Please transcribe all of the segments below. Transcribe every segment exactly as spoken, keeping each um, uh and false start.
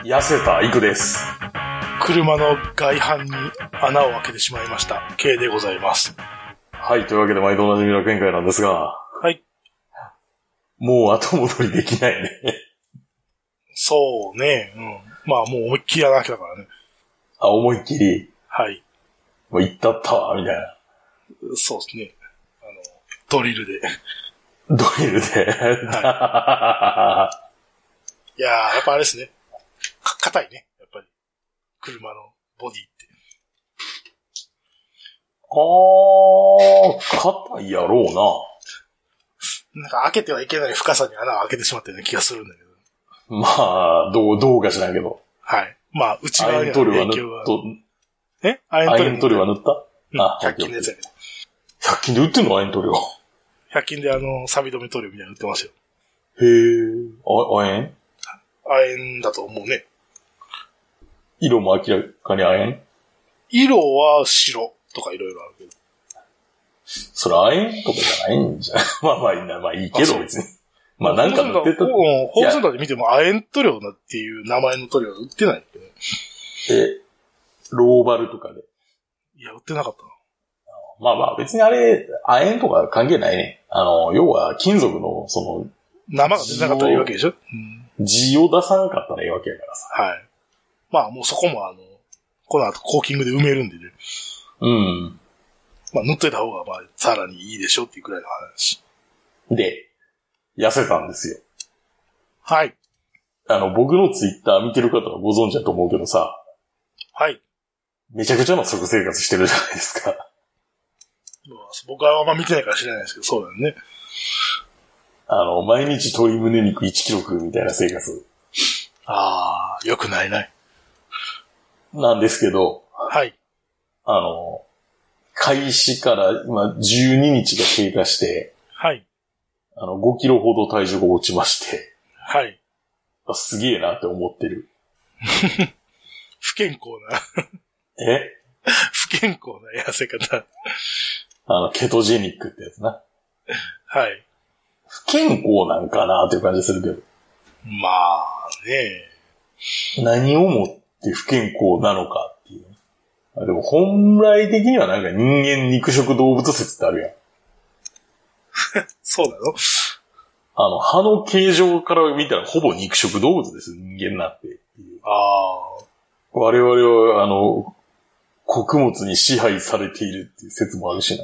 痩せたイクです。 車の外板に穴を開けてしまいました。K でございます。 はい、というわけで毎度おなじみの見解なんですが。 はい。 もう後戻りできないね。 そうね。うん。まあもう思いっきり穴開けたからね。 あ、思いっきり。 はい。 もう行ったったわ、みたいな。 そうですね。あの、ドリルで。 ドリルで。 はい。いやー、やっぱあれですね。か、硬いね。やっぱり。車のボディって。 あー、硬いやろうな。なんか開けてはいけない深さに穴を開けてしまったような気がするんだけど。 まあ、どう、どうか知らんけど。 はい。まあ、内側には影響が。 えアイエントリルは塗ったうん、あ、ひゃく均のやつやけど。 ひゃく均で売ってんのアイエントリルは。 ひゃく均であの、錆止め塗料みたいなの売ってますよ。 へー。あ、亜鉛亜鉛だと思うね。 色も明らかに亜鉛色は白とかいろいろあるけど。 それ亜鉛とかじゃないんじゃん。まあまあいいな、まあいいけど別に。まあなんか塗ってた。 ホームセンターで見ても亜鉛塗料っていう名前の塗料は売ってないけど。 え、ローバルとかで。 いや、売ってなかったな。 まあまあ別にあれ、亜鉛とか関係ないね。あの、要は金属のその、 生が出なかったらいいわけでしょ、 うん、字を出さなかったらいいわけやからさ。 はい。まあもうそこもあの、この後コーキングで埋めるんでね。 うん。 まあ塗っといた方がまあさらにいいでしょっていうくらいの話。 で、痩せたんですよ。 はい。あの、僕のツイッター見てる方はご存知だと思うけどさ。 はい。 めちゃくちゃな食生活してるじゃないですか。 僕はあんま見てないから知らないですけど、そうだよね。 あの、毎日鶏胸肉いちキロ食うみたいな生活。 ああ、よくないない。 なんですけど。 はい。 あの、開始から今じゅうににちが経過して。 はい。 あの、ごキロほど体重が落ちまして。 はい。 すげえなって思ってる。 不健康な。 え不健康な痩せ方。 あの、ケトジェニックってやつな。 はい。 不健康なんかなっていう感じするけど。 まあね。 何をもって不健康なのかっていう。でも本来的にはなんか人間肉食動物説ってあるやん。 そうなの？ あの、歯の形状から見たらほぼ肉食動物です、人間なんて。 ああ。 我々は、あの、穀物に支配されているっていう説もあるしな。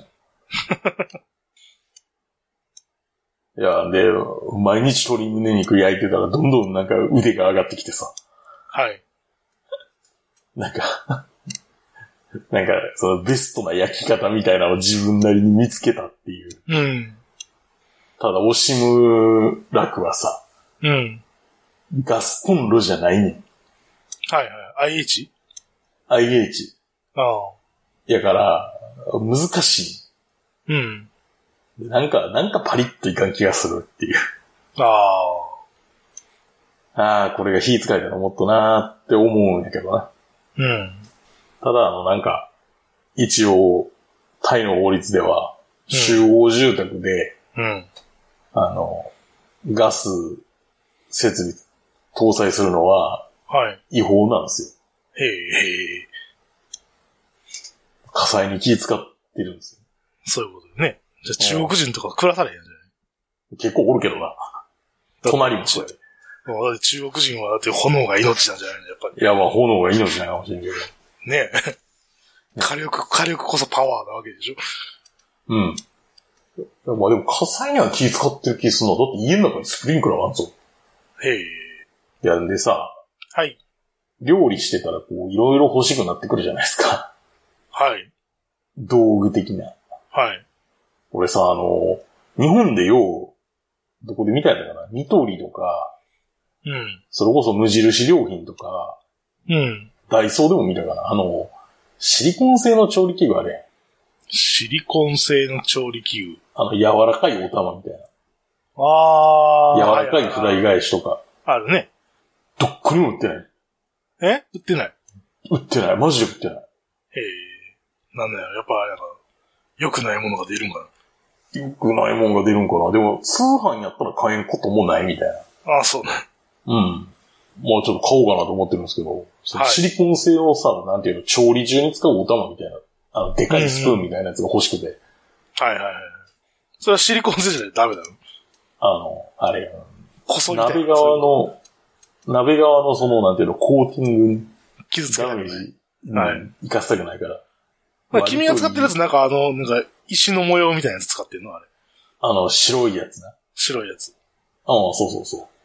いや、で、毎日鶏胸肉焼いてたらどんどんなんか腕が上がってきてさ。 はい。 なんか、なんか、そのベストな焼き方みたいなのを自分なりに見つけたっていう。 うん。 ただ、オシムラクはさ。 うん。 ガスコンロじゃないねん。 はいはい。アイエイチ？ アイエイチ。 ああ。 やから、難しい。うん。 なんか、なんかパリッといかん気がするっていう。 ああ。ああ、これが火使いたらもっとなーって思うんやけどな。 うん。 ただ、あの、なんか、一応、タイの法律では、集合住宅で、 うん。うん、 あの、ガス設備搭載するのは、 はい。 違法なんですよ。へえ。 火災に気使ってるんですよ。 そういうことでね。じゃあ中国人とか暮らされへんじゃない？ 結構おるけどな。隣もそうやで。中国人はだって炎が命なんじゃないのやっぱり。 いや、まあ炎が命なのかもしれんけど。 ねえ。火力、火力こそパワーなわけでしょ。 うん。まあでも火災には気使ってる気するの。だって家の中にスプリンクラーあんぞ。 へえ。 いや、んでさ。 はい。 料理してたらこう、いろいろ欲しくなってくるじゃないですか。 はい。 道具的な。 はい。 俺さ、あの、日本でよう、どこで見たやったかな、ニトリとか、 うん。 それこそ無印良品とか、 うん。 ダイソーでも見たかな、あの、シリコン製の調理器具あれ。 シリコン製の調理器具。 あの、柔らかいお玉みたいな。 ああ。柔らかいフライ返しとか。 あるね。 どっこにも売ってない。 え売ってない。 売ってない。マジで売ってない。 へえ。なんだよ。やっぱ、なんか、良くないものが出るんかな。 良くないもんが出るんかな。でも、通販やったら買えんこともないみたいな。 ああ、そうね。 うん。 まあちょっと買おうかなと思ってるんですけど、そのシリコン製のさ、はい、なんていうの、調理中に使うお玉みたいな、あの、でかいスプーンみたいなやつが欲しくて。うんうん、 はいはいはい。それはシリコン製じゃないとダメなの？ あの、あれ、 細いみたいな。 鍋側の、鍋側のその、なんていうの、コーティングに、 傷つけない。 ダメージ、はい。生かしたくないから。 まあ、君が使ってるやつなんかあの、なんか、石の模様みたいなやつ使ってるのあれ。 あの、白いやつな。 白いやつ。 ああ、そうそうそう。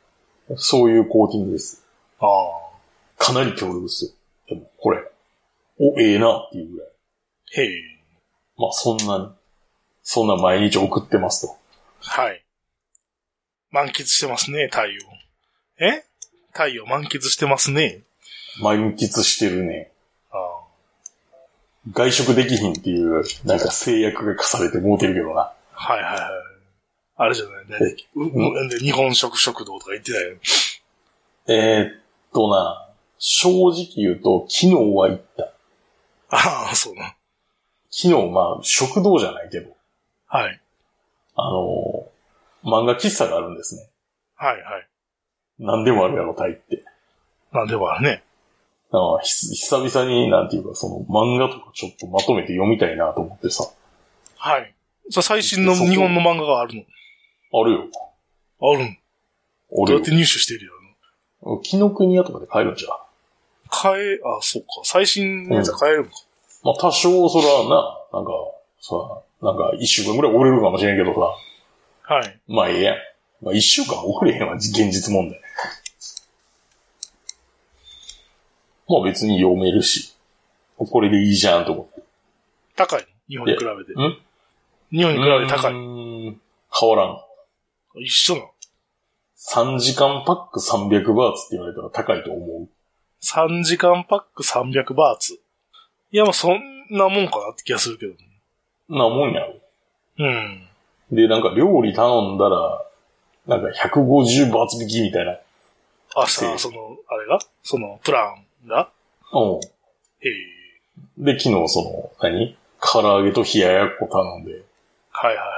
そういうコーティングです。 ああ。 かなり強力ですよ。でも、これ。お、ええなっていうぐらい。 へえ。 まあ、そんなに、そんな毎日送ってますと。 はい。満喫してますね、太陽。え？太陽満喫してますね。 満喫してるね。 ああ。 外食できひんっていう、なんか制約が課されてもうてるけどな。 はいはいはい。あれじゃないね。う、うんで、日本食食堂とか言ってたよ。 えー、っとな、正直言うと、昨日は行った。 ああ、そうな。 昨日、まあ、食堂じゃないけど。 はい。 あの、漫画喫茶があるんですね。 はいはい。 何でもあるやろ、タイって。 何でもあるね。 ああ、ひ久々に、なんていうか、その漫画とかちょっとまとめて読みたいなと思ってさ。 はい。さ、最新の日本の漫画があるの？ あるよ。 あるん。どうやって入手してるよ。紀ノ国屋とかで買えるんじゃん。 買え、あ、そうか。最新のやつは買えるんか。 うん、まあ多少そらな、なんか、さ、なんか一週間ぐらい遅れるかもしれんけどさ。はい。 まあええやん。まあ一週間遅れへんわ、現実問題。まあ別に読めるし、これでいいじゃんと思って。 高いの？日本に比べて。 ん？ 日本に比べて高い。うーん、変わらん。 一緒なの？ さんじかんパックさんびゃくバーツって言われたら高いと思う。 さんじかんパックさんびゃくバーツ。いや、まあそんなもんかなって気がするけど。 なもんやろ。 うん。 で、なんか料理頼んだら、なんかひゃくごじゅうバーツ引きみたいな。 あ、さあ、その、あれがその、プランがうん。 へえ。 で、昨日その、何唐揚げと冷ややっこ頼んで。 はいはい。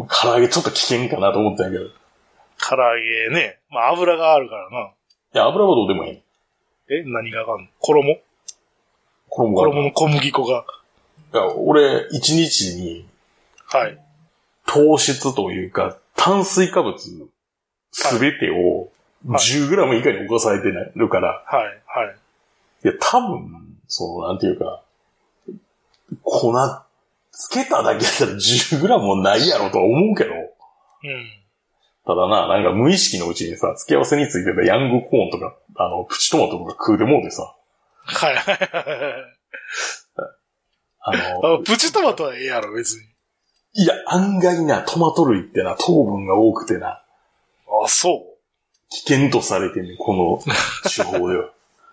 唐揚げちょっと危険かなと思ったんやけど。 唐揚げね。まあ油があるからな。いや、油はどうでもいい。 え何があかんの？衣？ 衣が。 衣の小麦粉が。 いや、俺、一日に、 はい。 糖質というか、炭水化物すべてを じゅうグラム 以下に抑えてるから。 はい、はい。 いや、多分、その、なんていうか、粉、つけただけやったら じゅうグラム もないやろとは思うけど。うん。ただな、なんか無意識のうちにさ、付け合わせについてたヤングコーンとか、あの、プチトマトとか食うでもうてさ。 はい、はい、はい。 あのあ、プチトマトはええやろ、別に。 いや、案外な、トマト類ってな、糖分が多くてな。 あ、そう危険とされてんね、この手法では。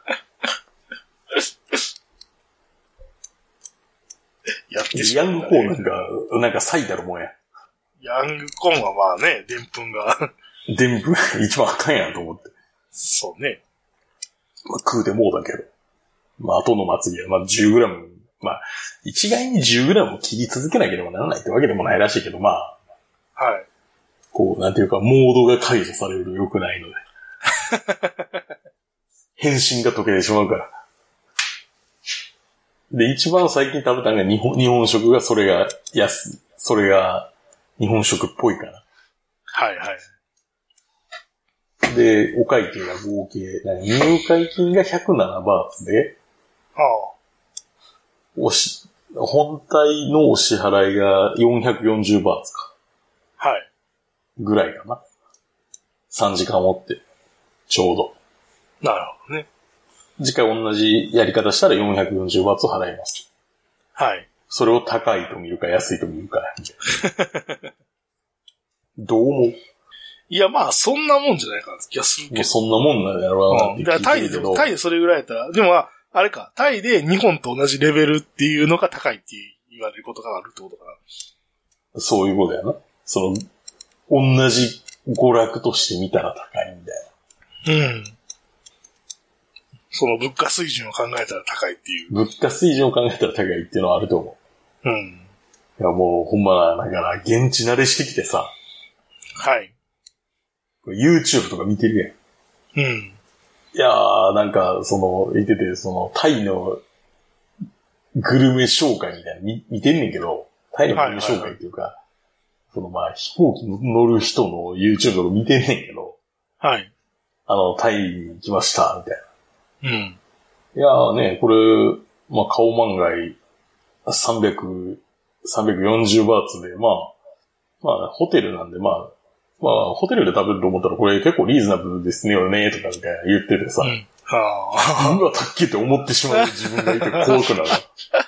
やってしまう、 ヤングコーンなんか、なんか最たるもんや。 ヤングコーンはまあね、デンプンが。 デンプン一番あかんやんと思って。 そうね。 まあ食うてもうだけど。まあ後の祭りは、まあ じゅうグラム、まあ一概に じゅうグラム 切り続けなければならないってわけでもないらしいけど、まあ。 はい。 こう、なんていうか、モードが解除されると良くないので。変身が解けてしまうから。で、一番最近食べたのが日本、日本食がそれが安い。それが日本食っぽいから。 はいはい。 で、お会計が合計、入会金がひゃくななバーツで、 ああ。 おし、本体のお支払いがよんひゃくよんじゅうバーツか。 はい。 ぐらいかな。さんじかんおって、ちょうど。 なるほどね。 次回同じやり方したらよんひゃくよんじゅうバーツを払います。 はい。 それを高いと見るか安いと見るか。どう思う？ いや、まあ、そんなもんじゃないかな気がするけど。 もうそんなもんなんやろうなって聞いてるけど。 うん、タイで、タイでそれぐらいやったら、でもまあ、あれか、タイで日本と同じレベルっていうのが高いって言われることがあるってことかな。 そういうことやな。その、同じ娯楽として見たら高いんだよ。 うん。その物価水準を考えたら高いっていう。 物価水準を考えたら高いっていうのはあると思う。うん。 いやもうほんまだから現地慣れしてきてさ。 はい。 YouTube とか見てるやん。うん。 いやー、なんか、その、言ってて、その、タイのグルメ紹介みたいな見、見てんねんけど、タイのグルメ紹介っていうか、はいはいはい、その、まあ、飛行機乗る人の YouTube とか見てんねんけど、 はい。 あの、タイに来ました、みたいな。うん。 いやーね、これ、まあ、顔満外、さんびゃく、さんびゃくよんじゅうバーツで、まあ、まあ、ホテルなんで、まあ、まあ、ホテルで食べると思ったらこれ結構リーズナブルですねよね、とかみたいな言っててさ。うん。はぁ。うわ、たっけって思ってしまう自分がいて怖くなる。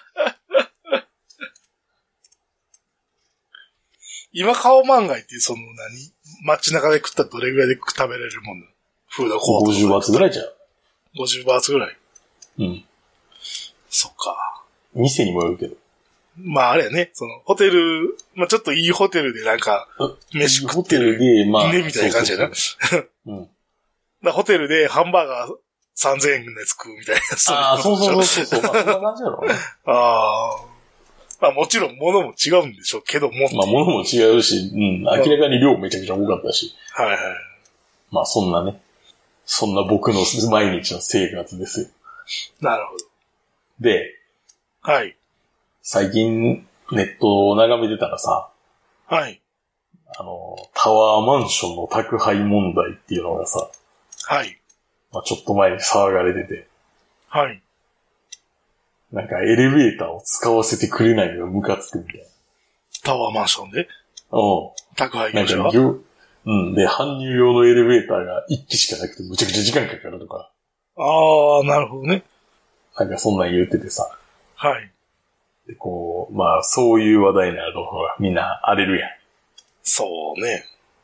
今、顔満外ってその何街中で食ったらどれぐらいで食べれるもんなの？フードコート。 ごじゅうバーツぐらいじゃん。 ごじゅうバーツぐらい。 うん。 そっか。 店にもよるけど。 まああれやね、その、ホテル、まあちょっといいホテルでなんか、飯食ってる。 ホテルで、まあ。 ね、みたいな感じやな。そうそうそううん。だホテルでハンバーガーさんぜんえんで食うみたいな。 ああ、そうそうそうそう。まあそんな感じやろうね。 ああ。まあもちろん物も違うんでしょうけども。 まあ物も違うし、うん、明らかに量めちゃくちゃ多かったし。 はいはい。 まあそんなね。そんな僕の毎日の生活ですよ。 なるほど。 で、 はい。 最近ネットを眺めてたらさ、 はい。 あの、タワーマンションの宅配問題っていうのがさ、 はい。 まあちょっと前に騒がれてて、 はい。 なんかエレベーターを使わせてくれないのがムカつくみたいな。 タワーマンションで？ うん。 宅配業者は？ うん。で、搬入用のエレベーターが一機しかなくてむちゃくちゃ時間かかるとか。 ああ、なるほどね。 なんかそんなん言っててさ。 はい。 で、こう、まあそういう話題になると、ほら、みんな荒れるやん。 そうね。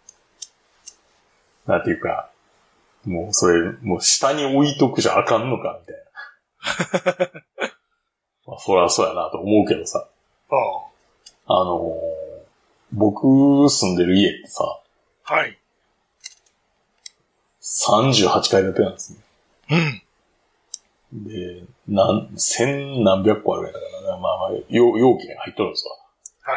なんていうか、もうそれ、もう下に置いとくじゃあかんのか、みたいな。まあそりゃそうやなと思うけどさ。 ああ。あのー、僕住んでる家ってさ。 はい。 さんじゅうはちかい建てなんですね。 うん。で、なん、千何百個あるやからな。まあまあ、容、容器が入っとるんですわ。はい。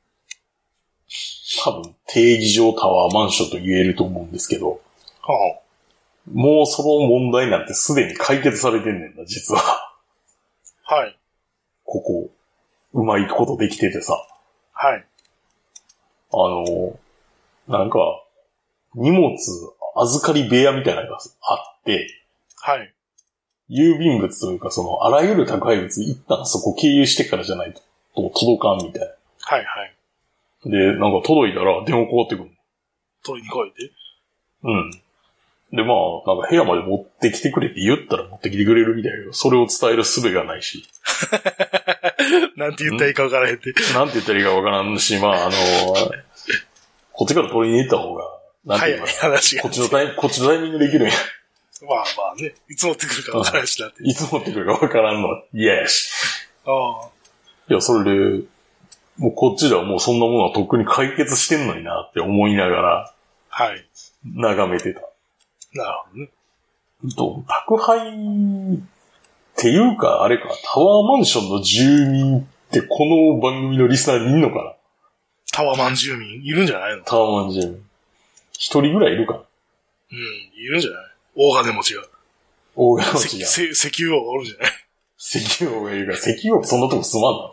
多分、定義上タワーマンションと言えると思うんですけど。 はあ。 もうその問題なんてすでに解決されてんねんな、実は。 はい。 ここ、うまいことできててさ。 はい。 あの、なんか、荷物預かり部屋みたいなのがあって、 はい。 郵便物というかその、あらゆる宅配物一旦そこ経由してからじゃないと届かんみたいな。 はいはい。 で、なんか届いたら電話かかってくる。 取りに来いで。 うん。で、まあ、なんか部屋まで持ってきてくれって言ったら持ってきてくれるみたいだけど、それを伝える術がないし。 なんて言ったらいいかわからへんって。 なんて言ったらいいかわからんし、まあ、あのー、こっちから取りに行った方が、なんていうか、話がこっちのタイ、こっちのタイミングできるんや。 まあまあね、いつ持ってくるかわからんしなって。 いつ持ってくるかわからんのは嫌やし。 ああ。 いや、それで、もうこっちではもうそんなものはとっくに解決してんのになって思いながら、 はい。 眺めてた。 なるほどね。 と、宅配っていうか、あれか、タワーマンションの住民ってこの番組のリスナーにいんのかな？ タワマン住民いるんじゃないの？ タワマン住民。一人ぐらいいるか？ うん、いるんじゃない？大金持ちが。 大金持ちが。 石油王がおるんじゃない？ 石油王がいるから、石油王そんなとこ住まんの？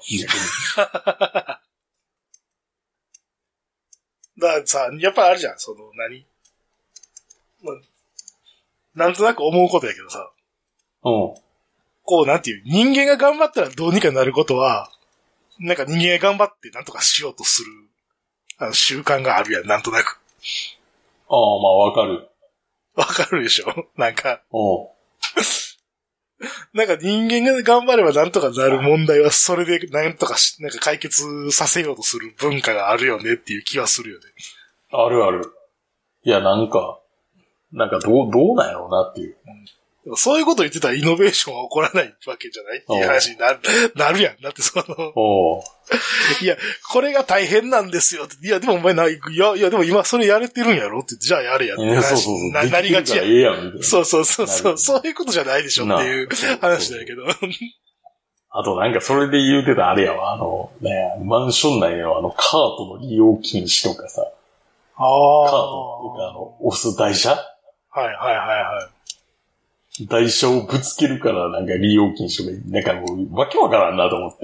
だからさ、やっぱあるじゃん、その何、まあ、なんとなく思うことやけどさ。 うん。 こう、なんていう、人間が頑張ったらどうにかなることは、なんか人間が頑張ってなんとかしようとする、あの、習慣があるやん、なんとなく。 ああ、まあわかる。 わかるでしょ？なんか。 うん。 なんか人間が頑張ればなんとかなる問題はそれでなんとかし、なんか解決させようとする文化があるよねっていう気はするよね。 あるある。いや、なんか、なんかどう、どうなんやろうなっていう。 うん、そういうこと言ってたらイノベーションは起こらないわけじゃないっていう話になる、なるやん。だってその、 おいや、これが大変なんですよって。いや、でもお前ない、いや、いや、でも今それやれてるんやろって、じゃあやれやって話。 そうそうそう。 な、なりがちや。 ええやんみたいな。 そうそうそうそう。そういうことじゃないでしょっていう話だけど。 あとなんかそれで言うてたあれやわ。あの、ね、マンション内のあのカートの利用禁止とかさ。 ああ。 カートっていうかあの、押す台車？ はいはいはいはい。 台車をぶつけるからなんか利用禁止とか、なんかもうわけわからんなと思って。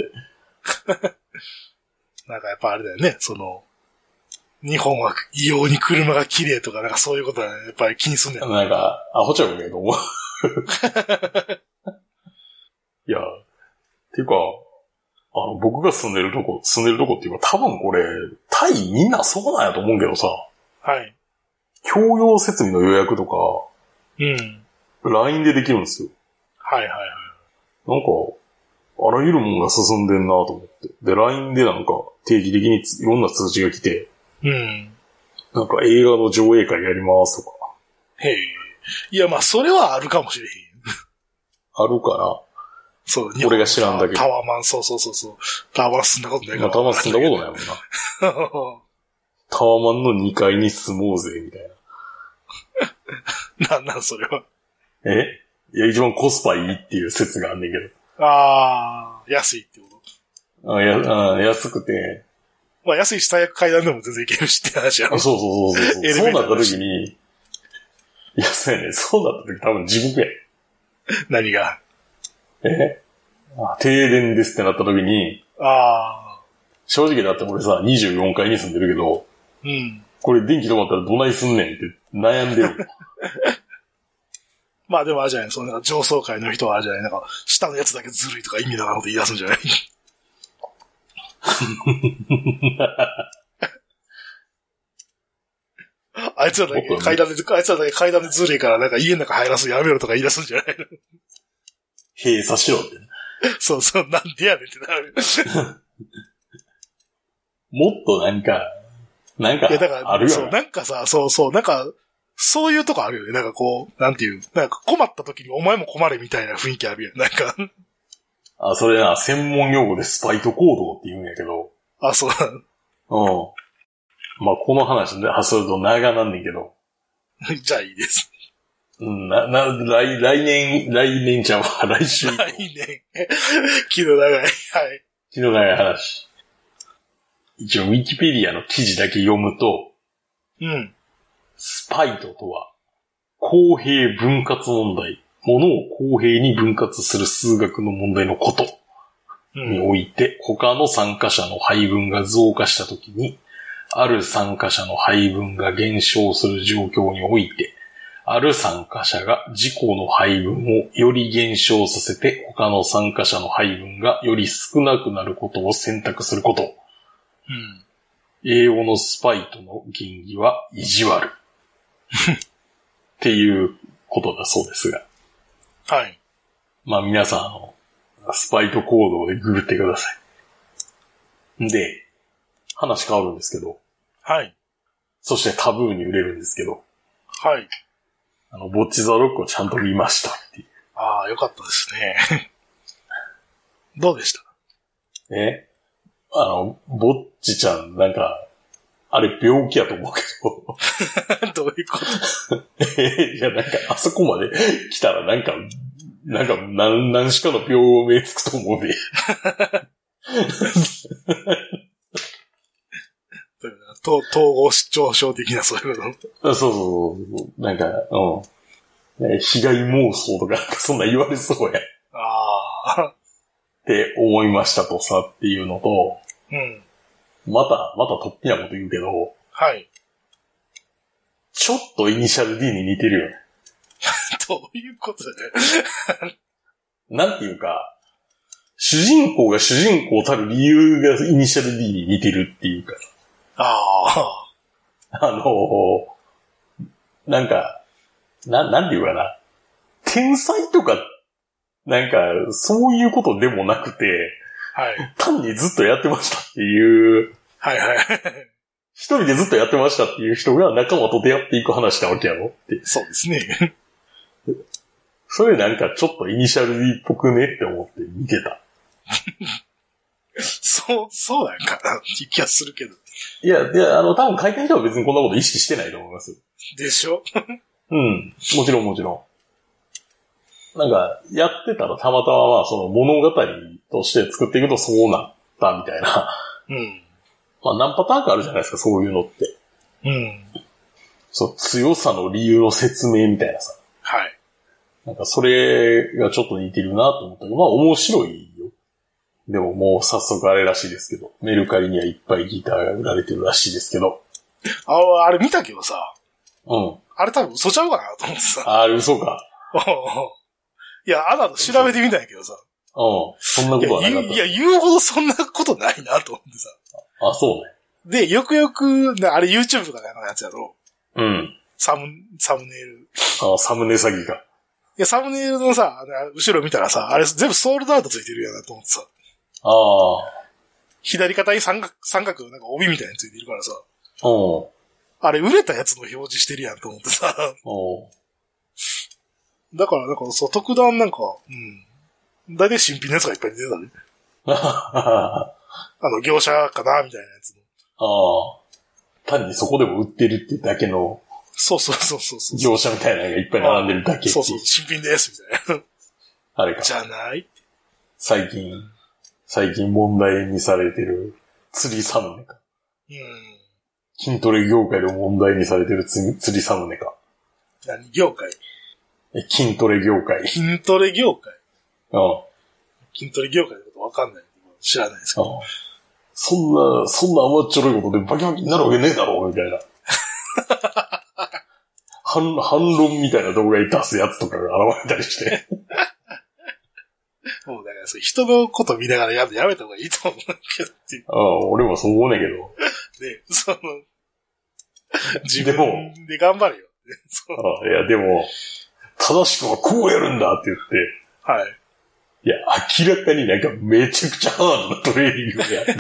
なんかやっぱあれだよね、その、日本は異様に車が綺麗とか、なんかそういうことは、ね、やっぱり気にすんねん。 なんか、アホちゃうけども。いや、ていうか、あの、僕が住んでるとこ、住んでるとこっていうか、多分これ、タイみんなそうなんやと思うけどさ。 はい。 共用設備の予約とか、 うん。 ライン でできるんですよ。 はいはいはい。 なんか、あらゆるもんが進んでんなと思って。で、ライン でなんか定期的にいろんな通知が来て、 うん。 なんか映画の上映会やりますとか。 へえ。いや、まあ、それはあるかもしれへん。 あるかな。 そう、 俺が知らんだけど。 タワーマン、そうそうそうそう。タワーマン住んだことないから。 タワーマン住んだことないもんな。タワーマンのにかいに住もうぜ、みたいな。なんなん、それは。 えいや、一番コスパいいっていう説があんねんけど。 あー、安いってことあやあ安くて。 まあ、安いし最悪階段でも全然いけるしって話やろ。 そうそうそうそう。そうなった時に、いや、そうやね。そうなった時多分地獄や。 何がえ停電ですってなった時に、 あ正直だって俺さ、にじゅうよんかいに住んでるけど、 うん。 これ電気止まったらどないすんねんって悩んでる。 まあでもあれじゃない、そのなんか上層階の人はあれじゃない、なんか下のやつだけずるいとか意味なこと言い出すんじゃないあいつらだけ階段で、あいつらだけ階段でずるいからなんか家の中入らすやめろとか言い出すんじゃないの閉鎖しろって。 そうそう、なんでやねんってなる。 もっとなんか、なんか、あるよ、ね。 そう、なんかさ、そうそう、なんか、そういうとこあるよね。なんかこう、なんていう、なんか困った時にお前も困れみたいな雰囲気あるよ。なんか。 あ、それな、専門用語でスパイト行動って言うんやけど。 あ、そう。 うん。まあ、この話で発すると長なんねんけど。 じゃあいいです。 うん、な、な、来、来年、来年ちゃうわ、来週。 来年。気の長い。はい。 気の長い話。一応、ウィキペディアの記事だけ読むと、 うん。 スパイトとは、公平分割問題。ものを公平に分割する数学の問題のことにおいて、うん、他の参加者の配分が増加したときに、ある参加者の配分が減少する状況において、ある参加者が自己の配分をより減少させて、他の参加者の配分がより少なくなることを選択すること。 うん、 英語のスパイトの原義は意地悪。っていうことだそうですが。 はい。 まあ皆さん、あの、スパイト行動でググってください。んで、話変わるんですけど。 はい。 そしてタブーに売れるんですけど。 はい。 あの、ボッチザロックをちゃんと見ましたっていう。 ああ、よかったですね。どうでしたえあの、ボッチちゃん、なんか、あれ病気やと思うけど。どういうこといや、なんか、あそこまで来たらなんか、なんか、何、何しかの病名つくと思うで。 統合失調症的なそういうこと。そうそうそう。なんか、うん。被害妄想とか、そんな言われそうや。 ああ。 って思いましたとさっていうのと、 うん。 また、また突飛なこと言うけど、 はい。 ちょっとイニシャル D に似てるよね。 どういうことだね。 なんていうか、主人公が主人公たる理由がイニシャル D に似てるっていうかさ。 ああ。あの、なんか、な、なんていうかな。天才とか、なんか、そういうことでもなくて、 はい。 単にずっとやってましたっていう。 はいはい。 一人でずっとやってましたっていう人が仲間と出会っていく話なわけやろって。 そうですね。 それなんかちょっとイニシャル D っぽくねって思って見てた。 そう、そうなんかなって気がするけど。 いや、で、あの、多分書いた人は別にこんなこと意識してないと思います。 でしょうん。もちろんもちろん。なんか、やってたらたまたままあ、その物語として作っていくとそうなったみたいな。 うん。 まあ何パターンかあるじゃないですか、そういうのって。 うん。 そう、強さの理由の説明みたいなさ。 はい。 なんかそれがちょっと似てるなと思ったけど、まあ面白いよ。でももう早速あれらしいですけど、メルカリにはいっぱいギターが売られてるらしいですけど。 あ、あれ見たけどさ。 うん。 あれ多分嘘ちゃうかなと思ってさ。 あ、あれ嘘か。 いや、あなた調べてみたんやけどさ。 うん。そんなことはなかった。 いや、いや言うほどそんなことないなと思ってさ。 あ、そうね。 で、よくよく、あれ YouTube とかなんかのやつやろ。 うん。 サム、サムネイル。 あ、サムネ詐欺か。いや、サムネイルのさ、後ろ見たらさ、あれ全部ソールドアウトついてるやなと思ってさ。 ああ。 左肩に三角、三角のなんか帯みたいについてるからさ。 うん。 あれ売れたやつの表示してるやんと思ってさ。 うん。 だから、なんか、そう、特段なんか、うん。だいたい新品のやつがいっぱい出てたね。あの、業者かなみたいなやつの。 ああ。単にそこでも売ってるってだけの。 そうそうそうそうそう。 業者みたいなのがいっぱい並んでるだけ。 そうそう、新品です、みたいな。 あれか。 じゃない最近、最近問題にされてる釣りサムネか。 うん。 筋トレ業界で問題にされてる釣りサムネか。 何業界？ え、筋トレ業界。 筋トレ業界？ うん。 筋トレ業界のことわかんない。知らないですけど。 そんな、そんな甘っちょろいことでバキバキになるわけねえだろ、みたいな。反、反論みたいな動画に出すやつとかが現れたりして。 もうだからそれ人のこと見ながらややめた方がいいと思うけどっていう。 ああ、俺もそう思うねんけど。 で、その、自分で頑張れよ。 ああ、いや、でも、正しくはこうやるんだって言って。 はい。 いや、明らかになんかめちゃくちゃハードなトレーニングをやって。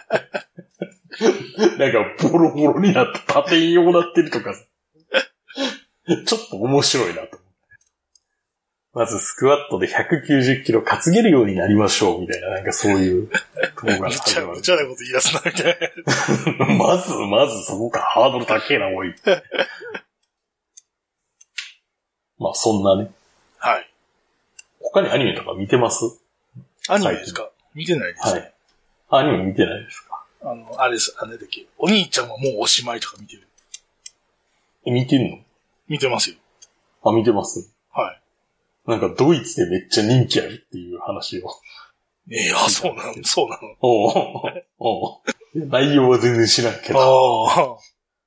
なんかボロボロになって縦にようなってるとかさ。ちょっと面白いなと思って。まずスクワットでひゃくきゅうじゅっキロ担げるようになりましょうみたいな、なんかそういう動画が始まる。 むちゃむちゃなこと言い出すな、みたいな。 まず、まずそこか、ハードル高えな、おい。まあそんなね。 はい。 他にアニメとか見てます？ アニメですか？見てないです。 はい。アニメ見てないですか？ あの、あれです、あれだっけ。お兄ちゃんはもうおしまいとか見てる。 え、見てるの？ 見てますよ。 あ、見てます。 はい。 なんかドイツでめっちゃ人気あるっていう話を。 ええー、あ、そうなのそうなのおうおう内容は全然知らんけど。 ああ。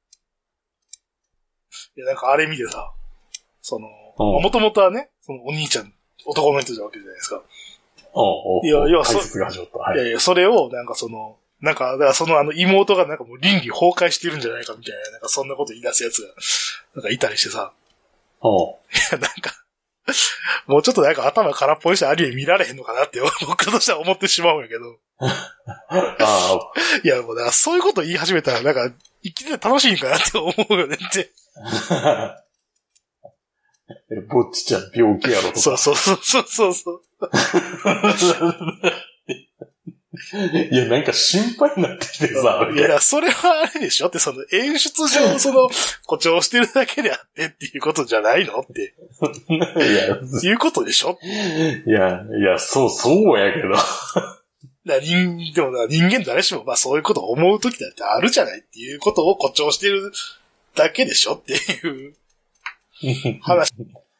いや、なんかあれ見てさ、その、もともとはね、そのお兄ちゃん、男の人じゃわけじゃないですか。 おうおういや、いや、 解説が始まった。はい。 いやいや、それを、なんかその、なんか、だからそのあの妹がなんかもう倫理崩壊してるんじゃないかみたいな、なんかそんなこと言い出すやつが、なんかいたりしてさ。 おう。 いや、なんか、もうちょっとなんか頭空っぽいしてアニメ見られへんのかなって僕としては思ってしまうんやけど。 ああ。 いや、もうだからそういうこと言い始めたらなんか、生きてて楽しいんかなって思うよねって。 ぼっちちゃん病気やろとか。 そうそうそうそうそう。 いや、なんか心配になってきてさ。 いや、それはあれでしょって、その演出上、その、誇張してるだけであってっていうことじゃないのって。いや、いうことでしょいや、いや、そう、そうやけど。 だ人、でもな人間誰しも、まあそういうことを思うときだってあるじゃないっていうことを誇張してるだけでしょっていう話。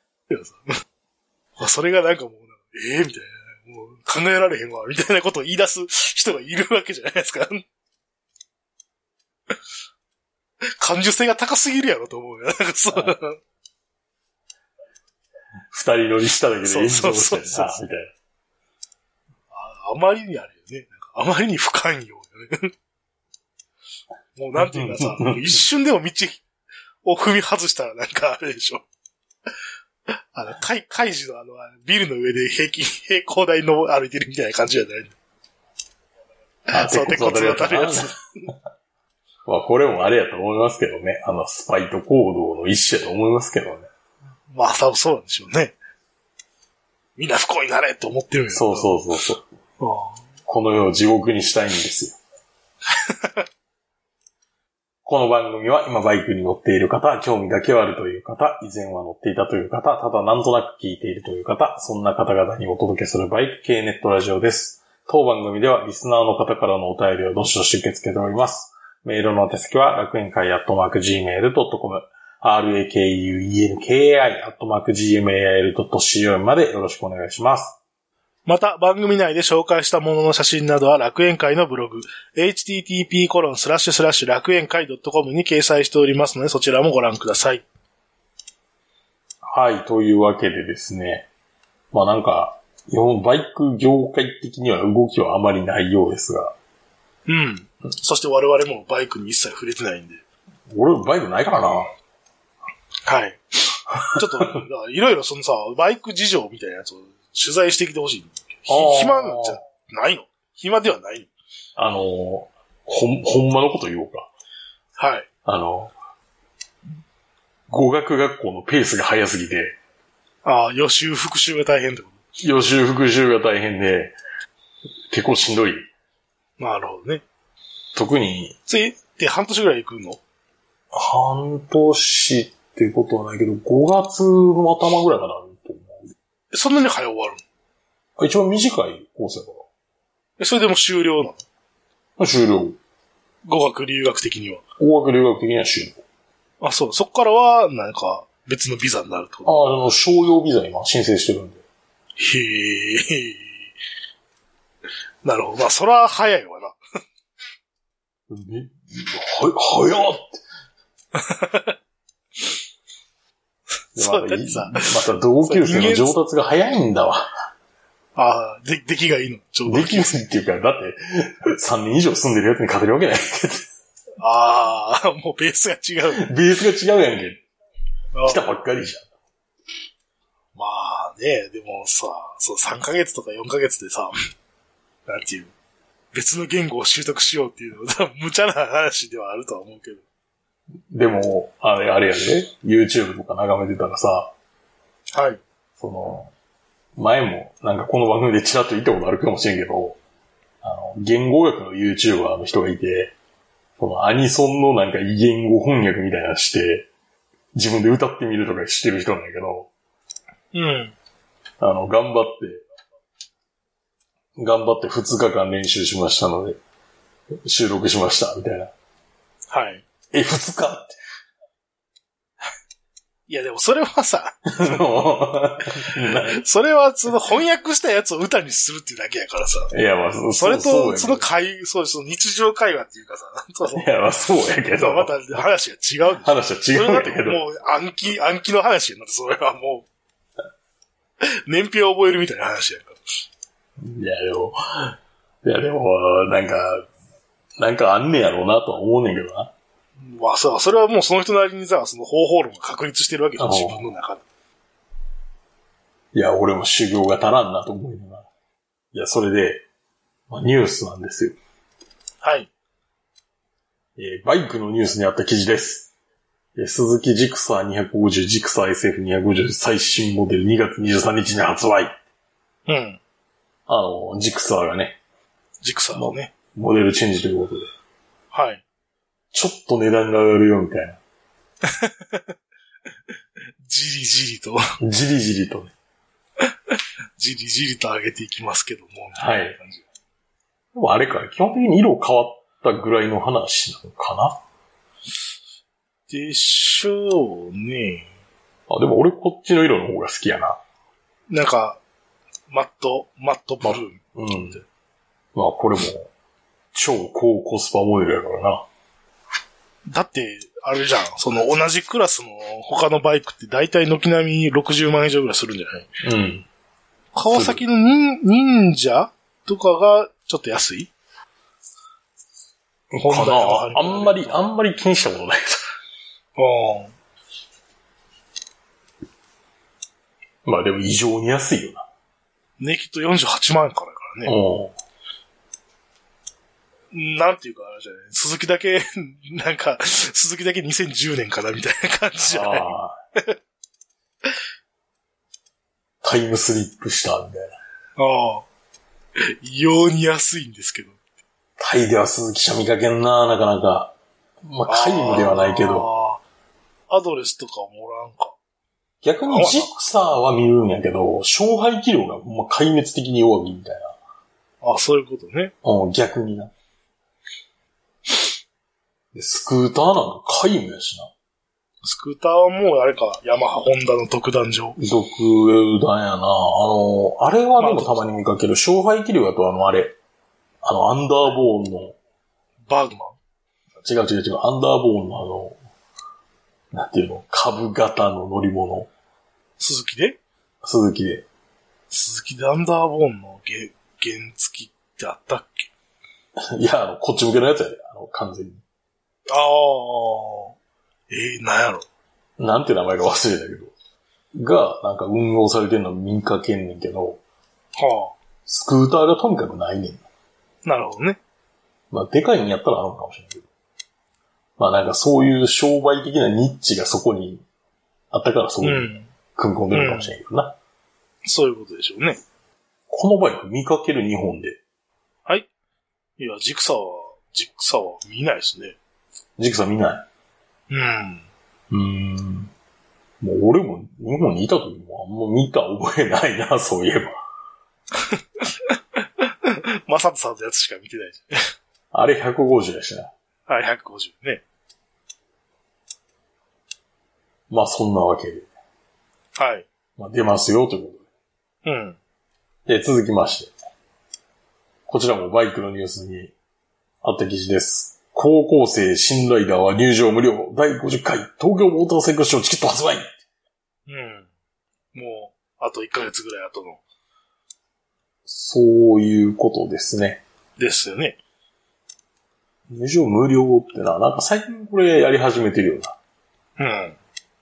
それがなんかもう、ええー、みたいな。もう考えられへんわ、みたいなことを言い出す人がいるわけじゃないですか。感受性が高すぎるやろと思うよ。なんかそう。 二人乗りしただけで炎上してるな、みたいな。 あ。あまりにあれよね。なんかあまりに不寛容よね。もうなんていうかさ、一瞬でも道を踏み外したらなんかあれでしょ。あの、カイ、カイジのあの、ビルの上で平均、平行台の歩いてるみたいな感じじゃないの？あ、そう、鉄骨のたるやつ。 まあ、これもあれやと思いますけどね。あの、スパイト行動の一種やと思いますけどね。 まあ、多分そうなんでしょうね。みんな不幸になれって思ってるよ。 そうそうそうそう。この世を地獄にしたいんですよ。この番組は今バイクに乗っている方、興味だけはあるという方、以前は乗っていたという方、ただなんとなく聞いているという方、そんな方々にお届けするバイク系ネットラジオです。当番組ではリスナーの方からのお便りをどしどし受け付けております。メールの宛先は楽園会アットマーク ジーメールドットコム、 アールエーケーユーイーエヌケーアイ アットマーク ジーエムエーエル ドット シーオー までよろしくお願いします。 また、番組内で紹介したものの写真などは楽園会のブログ、エイチティーティーピーコロンスラッシュスラッシュ楽園会ドットコム に掲載しておりますので、そちらもご覧ください。 はい、というわけでですね。まあなんか、日本バイク業界的には動きはあまりないようですが。 うん。そして我々もバイクに一切触れてないんで。 俺、バイクないからな。 はい。ちょっと、いろいろそのさ、バイク事情みたいなやつを取材してきてほしい。暇なんじゃないの？暇ではないの？ あの、ほん、ほんまのこと言おうか。 はい。 あの、語学学校のペースが早すぎて。 ああ、予習復習が大変ってこと？ 予習復習が大変で、結構しんどい。 なるほどね。特に。 ついって半年ぐらい行くの？ 半年ってことはないけど、ごがつの頭ぐらいかなと思う。 そんなに早終わるの？ 一番短いコースだから。 それでも終了なの？終了。 語学留学的には。 語学留学的には終了。 あ、そう。そっからは、なんか、別のビザになるってこと？ ああ、あの、商用ビザ今申請してるんで。 へえ。なるほど。まあ、そら早いわな。 え、は、早っそうだってさ。 また同級生の上達が早いんだわ。 ああ、で、出来がいいの。 出来がいいっていうか、だって、さんねん以上住んでるやつに勝てるわけない。 ああ、もうベースが違う。 ベースが違うやんけ。来たばっかりじゃん。 まあね、でもさ、そうさんかげつとかよんかげつでさ、なんていう、別の言語を習得しようっていうのは、無茶な話ではあるとは思うけど。 でも、あれ、あれやで、YouTube とか眺めてたらさ、 はい。 その、前も、なんかこの番組でチラッと言ったことあるかもしれんけど、あの、言語学の YouTuber の人がいて、そのアニソンのなんか異言語翻訳みたいなのして、自分で歌ってみるとかしてる人なんだけど、 うん。 あの、頑張って、頑張ってふつかかん練習しましたので、収録しました、みたいな。 はい。 え、ふつかって。 いやでもそれはさ、それはその翻訳したやつを歌にするっていうだけやからさ。 いやまあそ、 それとその会、そうです、日常会話っていうかさ。 いやまあそうやけど。 また話が違う。 話は違うんだけど。 もう暗記、暗記の話やな、それはもう。年表を覚えるみたいな話やから。 いやでも、いやでも、なんか、なんかあんねやろうなとは思うねんけどな。 まあさ、それはもうその人なりにさ、その方法論が確立してるわけよ、自分の中で。 いや、俺も修行が足らんなと思うよな。いや、それで、まあ、ニュースなんですよ。 はい。 えー、バイクのニュースにあった記事です。えー、鈴木ジクサーにひゃくごじゅう、ジクサー エスエフにひゃくごじゅう最新モデルにがつにじゅうさんにちに発売。 うん。 あの、ジクサーがね。 ジクサーのね。 モデルチェンジということで。 はい。 ちょっと値段が上がるよ、みたいな。 じりじりと。 じりじりとね。 じりじりと上げていきますけども。 はい。でもあれか、基本的に色変わったぐらいの話なのかなでしょうね。 あ、でも俺こっちの色の方が好きやな。 なんか、マット、マットブルー。 うん。まあこれも、超高コスパモデルやからな。 だって、あれじゃん。その同じクラスの他のバイクって大体軒並みろくじゅうまん以上ぐらいするんじゃない？うん。川崎の忍忍者とかがちょっと安い？ かなあんまり、あんまり気にしたことないけど。ああ。まあでも異常に安いよな。 ネイキッドよんじゅうはちまんからからね。なんていうか、あれじゃない。鈴木だけ、なんか、鈴木だけにせんじゅうねんかなみたいな感じじゃない。あタイムスリップしたみたいな。 ああ。異様に安いんですけど。 タイでは鈴木車見かけんな、なかなか。まあ、皆無ではないけど。 アドレスとかもおらんか。 逆にジクサーは見るんやけど、勝敗気量がまあ壊滅的に弱いみたいな。あ、そういうことね。 うん、逆にな。でスクーターなんか皆無やしな。 スクーターはもうあれか、ヤマハ、ホンダの独壇場。 独壇やな。あの、あれはでもたまに見かける。勝敗気流だとあのあれ。あの、アンダーボーンの。 バーグマン？ 違う違う違う。アンダーボーンのあの、なんていうの、株型の乗り物。 鈴木で鈴木で。 鈴木でアンダーボーンの原、原付きってあったっけ？ いや、あの、こっち向けのやつやで。あの、完全に。 ああ。えー、なんやろ。 なんて名前か忘れたけど。が、なんか運用されてんの見かけんねんけど。 はあ。 スクーターがとにかくないねん。 なるほどね。 まあ、でかいんやったらあるのかもしれないけど。まあなんかそういう商売的なニッチがそこにあったからそういう組み込んでるかもしれないけどな、うんうん。 そういうことでしょうね。 このバイク見かける日本で。 はい。いや、ジクサは、ジクサは見ないですね。 ジクサ見ない。 うん。 うーん。もう俺も日本にいた時もあんま見た覚えないな、そういえば。 マサトさんのやつしか見てないじゃん。 あれひゃくごじゅうだしな。 はい、ひゃくごじゅうね。 まあそんなわけで。 はい。 まあ出ますよということで。 うん。 で、続きまして。こちらもバイクのニュースにあった記事です。高校生新ライダーは入場無料。だいごじゅっかい東京モーターサイクルショーチケット発売。 うん。もう、あといっかげつぐらい後の。 そういうことですね。 ですよね。 入場無料ってな、なんか最近これやり始めてるよな。うん。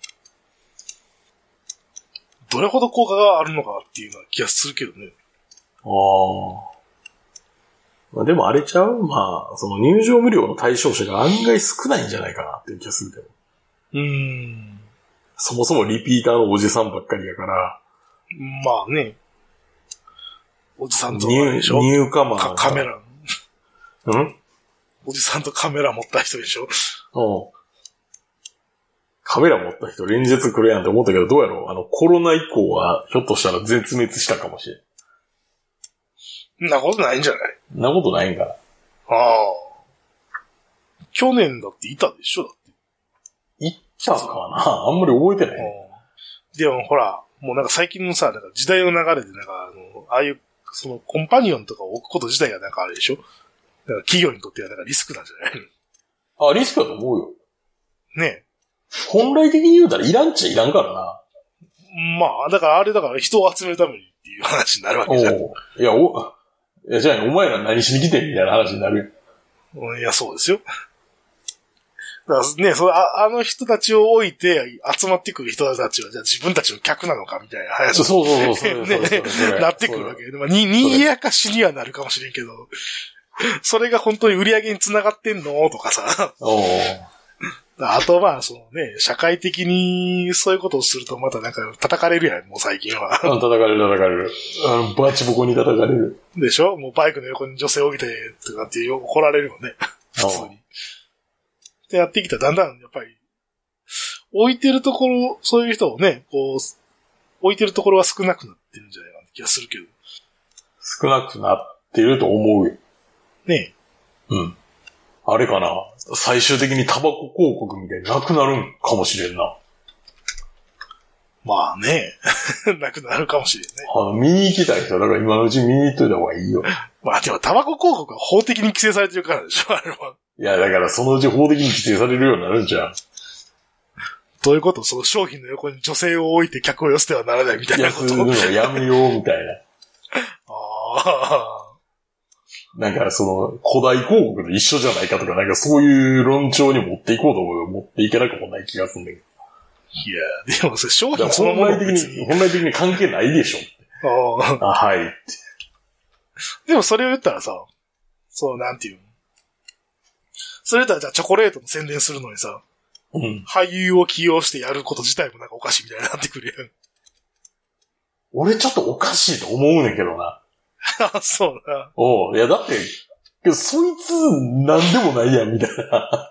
どれほど効果があるのかっていうのは気がするけどね。 ああ。まあでもあれちゃう？まあ、その入場無料の対象者が案外少ないんじゃないかなっていう気がするけど。 うーん。 そもそもリピーターのおじさんばっかりやから。 まあね。おじさんとかでしょ？ ニューカマー。 カメラ。 ん？ おじさんとカメラ持った人でしょ？ うん。カメラ持った人連日来るやんって思ったけど、どうやろう？あの、コロナ以降はひょっとしたら絶滅したかもしれん。 んなことないんじゃない？ んなことないんかな。 ああ。去年だっていたでしょ？だって。 いったかな？あんまり覚えてない。 でもほら、もうなんか最近のさ、なんか時代の流れでなんかあの、ああいう、そのコンパニオンとかを置くこと自体がなんかあれでしょ？だから企業にとってはなんかリスクなんじゃないの？あ、リスクだと思うよ。 ねえ。 本来的に言うたらいらんっちゃいらんからな。 まあ、だからあれだから人を集めるためにっていう話になるわけじゃん。 おいや、お、いや、じゃあお前ら何しに来てんみたいな話になるよ。いや、そうですよ。だからね、そあ、あの人たちを置いて集まってくる人たちは、じゃあ自分たちの客なのかみたいな話。 そうそうそうそう。 ね、なってくるわけ。まあ、に、にやかしにはなるかもしれんけど、それが本当に売り上げに繋がってんのとかさ。 おあとまあ、そのね、社会的にそういうことをするとまたなんか叩かれるやん、もう最近は。 叩かれる叩かれる。あの、バチボコに叩かれる。 でしょ？もうバイクの横に女性を置いて、とかって怒られるよね。普通に。ってやってきたらだんだんやっぱり、置いてるところ、そういう人をね、こう、置いてるところは少なくなってるんじゃないかな気がするけど。 少なくなってると思うよ。 ねえ。うん。あれかな。最終的にタバコ広告みたいになくなるんかもしれんな。 まあね。なくなるかもしれんね。 あの、見に行きたい人だから今のうち見に行っといた方がいいよ。 まあでもタバコ広告は法的に規制されてるからでしょ、あれは。 いや、だからそのうち法的に規制されるようになるんじゃん。 どういうこと？その商品の横に女性を置いて客を寄せてはならないみたいなこと。 いや、するのやめようみたいな。 ああ。 なんかその古代広告と一緒じゃないかとか、なんかそういう論調に持っていこうと思う持っていけなくもない気がするんだけど。 いや、でもそれ商品そのもの本来的に、本来的に関係ないでしょ。ああ、はいって。 でもそれを言ったらさ、そうなんていうの。それ言ったらじゃあチョコレートの宣伝するのにさ、 うん、 俳優を起用してやること自体もなんかおかしいみたいになってくるやん。 俺ちょっとおかしいと思うねんけどな。 あ、そうな。 おう、いやだって、そいつなんでもないやんみたいな。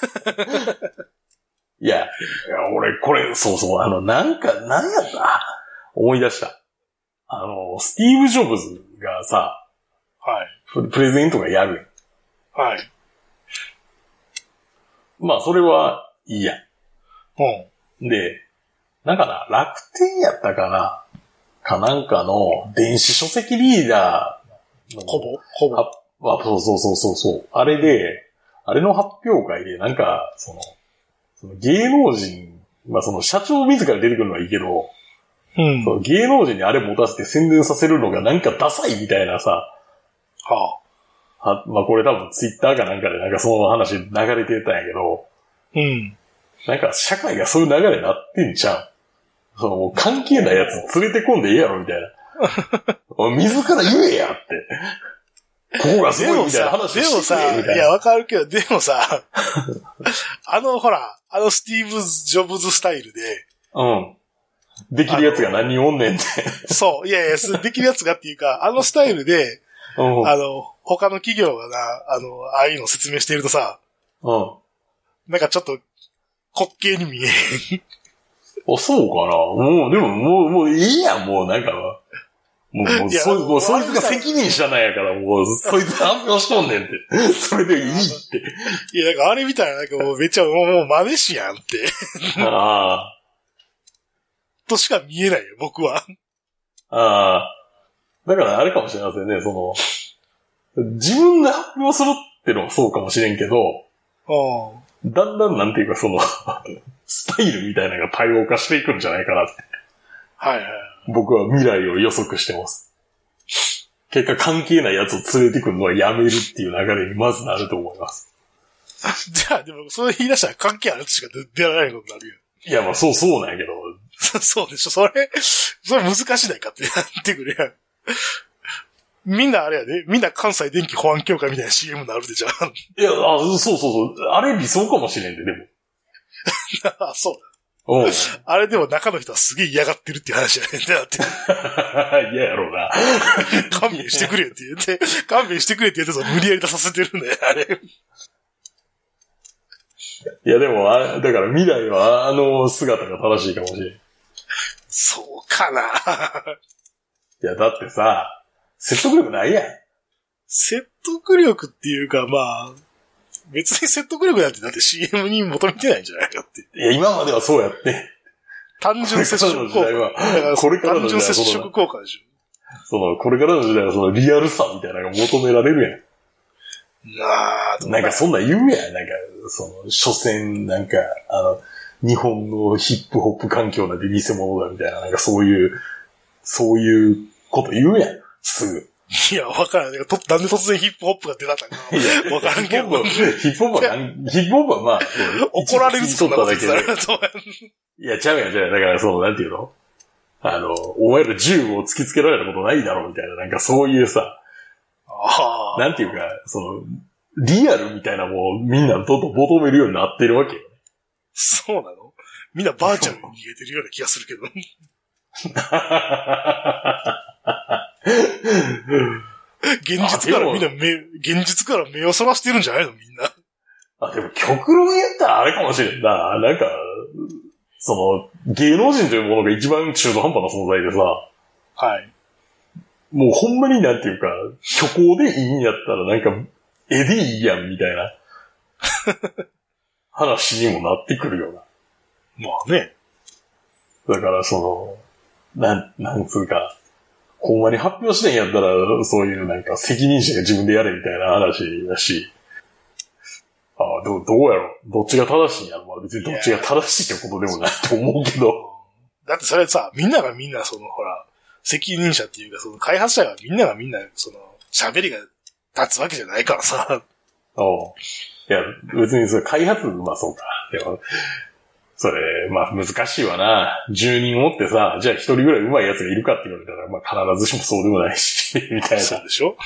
いや、いや俺これ、そうそう、あの、なんか、なんやった思い出した。あの、スティーブ・ジョブズがさ、 はい。 プレゼントがやる。 はい。 まあ、それはいいや。 うん。 で、なんかな、楽天やったかなかなんかの電子書籍リーダーの。 ほぼほぼ。 あ、そうそうそうそうそう。あれで、あれの発表会で、なんか、その、その芸能人、まあその社長自ら出てくるのはいいけど、 うん、 その芸能人にあれ持たせて宣伝させるのがなんかダサいみたいなさ、 はあ、はまあこれ多分ツイッターかなんかでなんかその話流れてたんやけど、 うん。 なんか社会がそういう流れになってんちゃう。そのもう関係ないやつ連れてこんでええやろみたいな。自ら言えやって。ここがすごいみたいな話してくれみたいな。 でもさ、いやわかるけど、でもさ、あのほら、あのスティーブ・ジョブズスタイルで、 うん。できるやつが何人おんねんって。 そう、いやいや、できるやつがっていうか、あのスタイルで、うん、あの、他の企業がな、あの、ああいうのを説明しているとさ、 うん。 なんかちょっと、滑稽に見えへん。 あ、そうかな。もう、でも、もう、もういいやん、もう、なんか、もう、もう、そ、もうそいつが責任者なんやから、もう、そいつ発表しとんねんって。それでいいって。 いや、なんかあれみたいな、なんかもうめっちゃ、もう、もう真似しやんって。ああ。としか見えないよ、僕は。 ああ。だからあれかもしれませんね、その、自分で発表するってのはそうかもしれんけど、だんだんなんていうかその、スタイルみたいなのが多様化していくんじゃないかなって。 はいはい。僕は未来を予測してます。結果関係ないやつを連れてくるのはやめるっていう流れにまずなると思います。 じゃあ、でも、それ言い出したら関係あるとしか出られないことになるよ。 いや、まあそうそうなんやけど。 そうでしょ、それ、それ難しいないかってなってくれやん。みんなあれやで、みんな関西電気保安協会みたいな シーエム になるでじゃん。 いや、あ、そうそうそう。あれ理想かもしれんで、でも。 あ、そうだ。 うん。 あれでも中の人はすげえ嫌がってるっていう話やねんってなって。 嫌やろうな。 勘弁してくれって言って、勘弁してくれって言って無理やり出させてるんだよ、あれ。 いやでもあ、だから未来はあの姿が正しいかもしれん。 そうかな。 いやだってさ、説得力ないやん。 説得力っていうかまあ、別に説得力なんてだって シーエム に求めてないんじゃないかって。 いや今まではそうやって。 単純接触効果。だからこれからの時代は単純接触効果でしょ。 その、これからの時代はそのリアルさみたいなのが求められるやん。 なあ、 なんかそんなん言うやん。なんか、その、所詮、なんか、あの、日本のヒップホップ環境なんて偽物だみたいな、なんかそういう、そういうこと言うやん。すぐ。 いや、わからん。なんで突然ヒップホップが出たかな。いや、わからんけど。 ヒップホップは、ヒップホップはまあ、 怒られるそんなことだけど。いや、ちゃうやん、ちゃうやん。だからその、なんていうのあの、お前ら銃を突きつけられたことないだろ、みたいな、なんかそういうさ、あなんていうか、その、リアルみたいなもんみんなどんどん求めるようになってるわけよ。 そうなの？みんなバーチャルに逃げてるような気がするけど。現実からみんな目、現実から目をそらしてるんじゃないのみんな。 あ、でも極論言ったらあれかもしれんな。なんか、その、芸能人というものが一番中途半端な存在でさ。 はい。 もうほんまになんていうか、虚構でいいんやったらなんか、絵でいいやんみたいな話にもなってくるよな。 まあね。 だからその、なん、なんつうか、ほんまに発表してんやったら、そういうなんか責任者が自分でやれみたいな話だし、ああ、でもどうやろどっちが正しいんやろまあ別にどっちが正しいってことでもないと思うけど。 だってそれさ、みんながみんなその、ほら、責任者っていうか、その開発者がみんながみんな、その、喋りが立つわけじゃないからさ。 おう。いや、別にそれ開発、まあそうか。でも、それ、まあ難しいわな。じゅうにんおってさ、じゃあひとりぐらい上手いやつがいるかって言われたら、まあ必ずしもそうでもないし、みたいな。 そうでしょ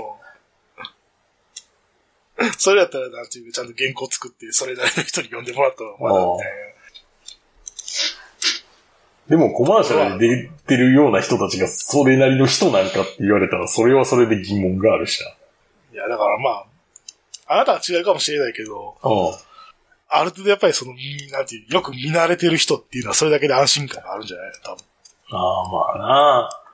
それだったら、なんていうか、ちゃんと原稿作って、それなりの人に読んでもらったら、まだみたいな。 でもコマーシャルで出てるような人たちがそれなりの人なんかって言われたら、それはそれで疑問があるしな。 いや、だからまあ、あなたは違うかもしれないけど、ある程度やっぱりその、なんていう、よく見慣れてる人っていうのはそれだけで安心感があるんじゃないの多分。 ああ、まあなあ。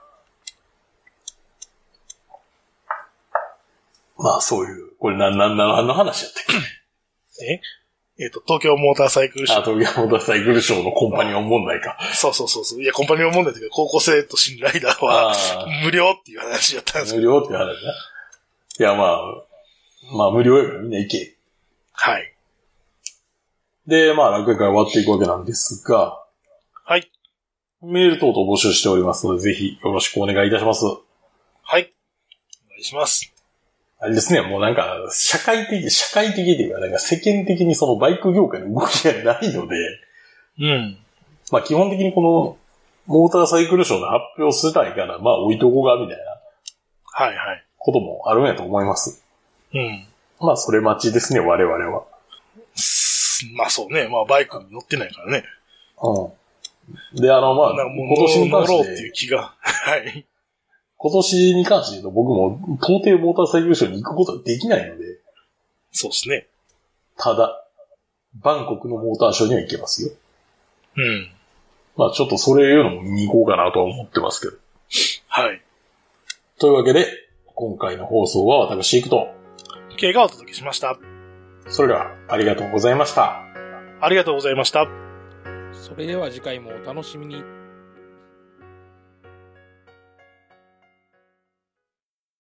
まあそういう、これな、な、な、何の話やったっけええっと、東京モーターサイクルショー。 あ、東京モーターサイクルショーのコンパニオン問題か。 そうそうそうそう。いや、コンパニオン問題というか、高校生と新ライダーは、無料っていう話だったんですけど。 無料っていう話ね。いや、まあ、まあ、無料やからみんな行け。 はい。 で、まあ、楽園会終わっていくわけなんですが、 はい。 メール等々募集しておりますので、ぜひよろしくお願いいたします。 はい。お願いします。 あれですね、もうなんか、社会的、社会的っていうか、なんか世間的にそのバイク業界の動きがないので、 うん。 まあ基本的にこの、モーターサイクルショーの発表するらいから、まあ置いとこうが、みたいな。 はいはい。 こともあるんやと思います。 うん。 まあそれ待ちですね、我々は。 まあそうね、まあバイクに乗ってないからね。 うん。で、あの、まあ、今年に関して。 乗ろうっていう気が。はい。 今年に関して言うと僕も到底モーターサイクルショーに行くことができないので。 そうですね。 ただ、バンコクのモーターショーには行けますよ。 うん。 まあちょっとそれいうのも見に行こうかなとは思ってますけど。 はい。 というわけで、今回の放送は私行くと。 K がお届けしました。 それでは、ありがとうございました。 ありがとうございました。 それでは次回もお楽しみに。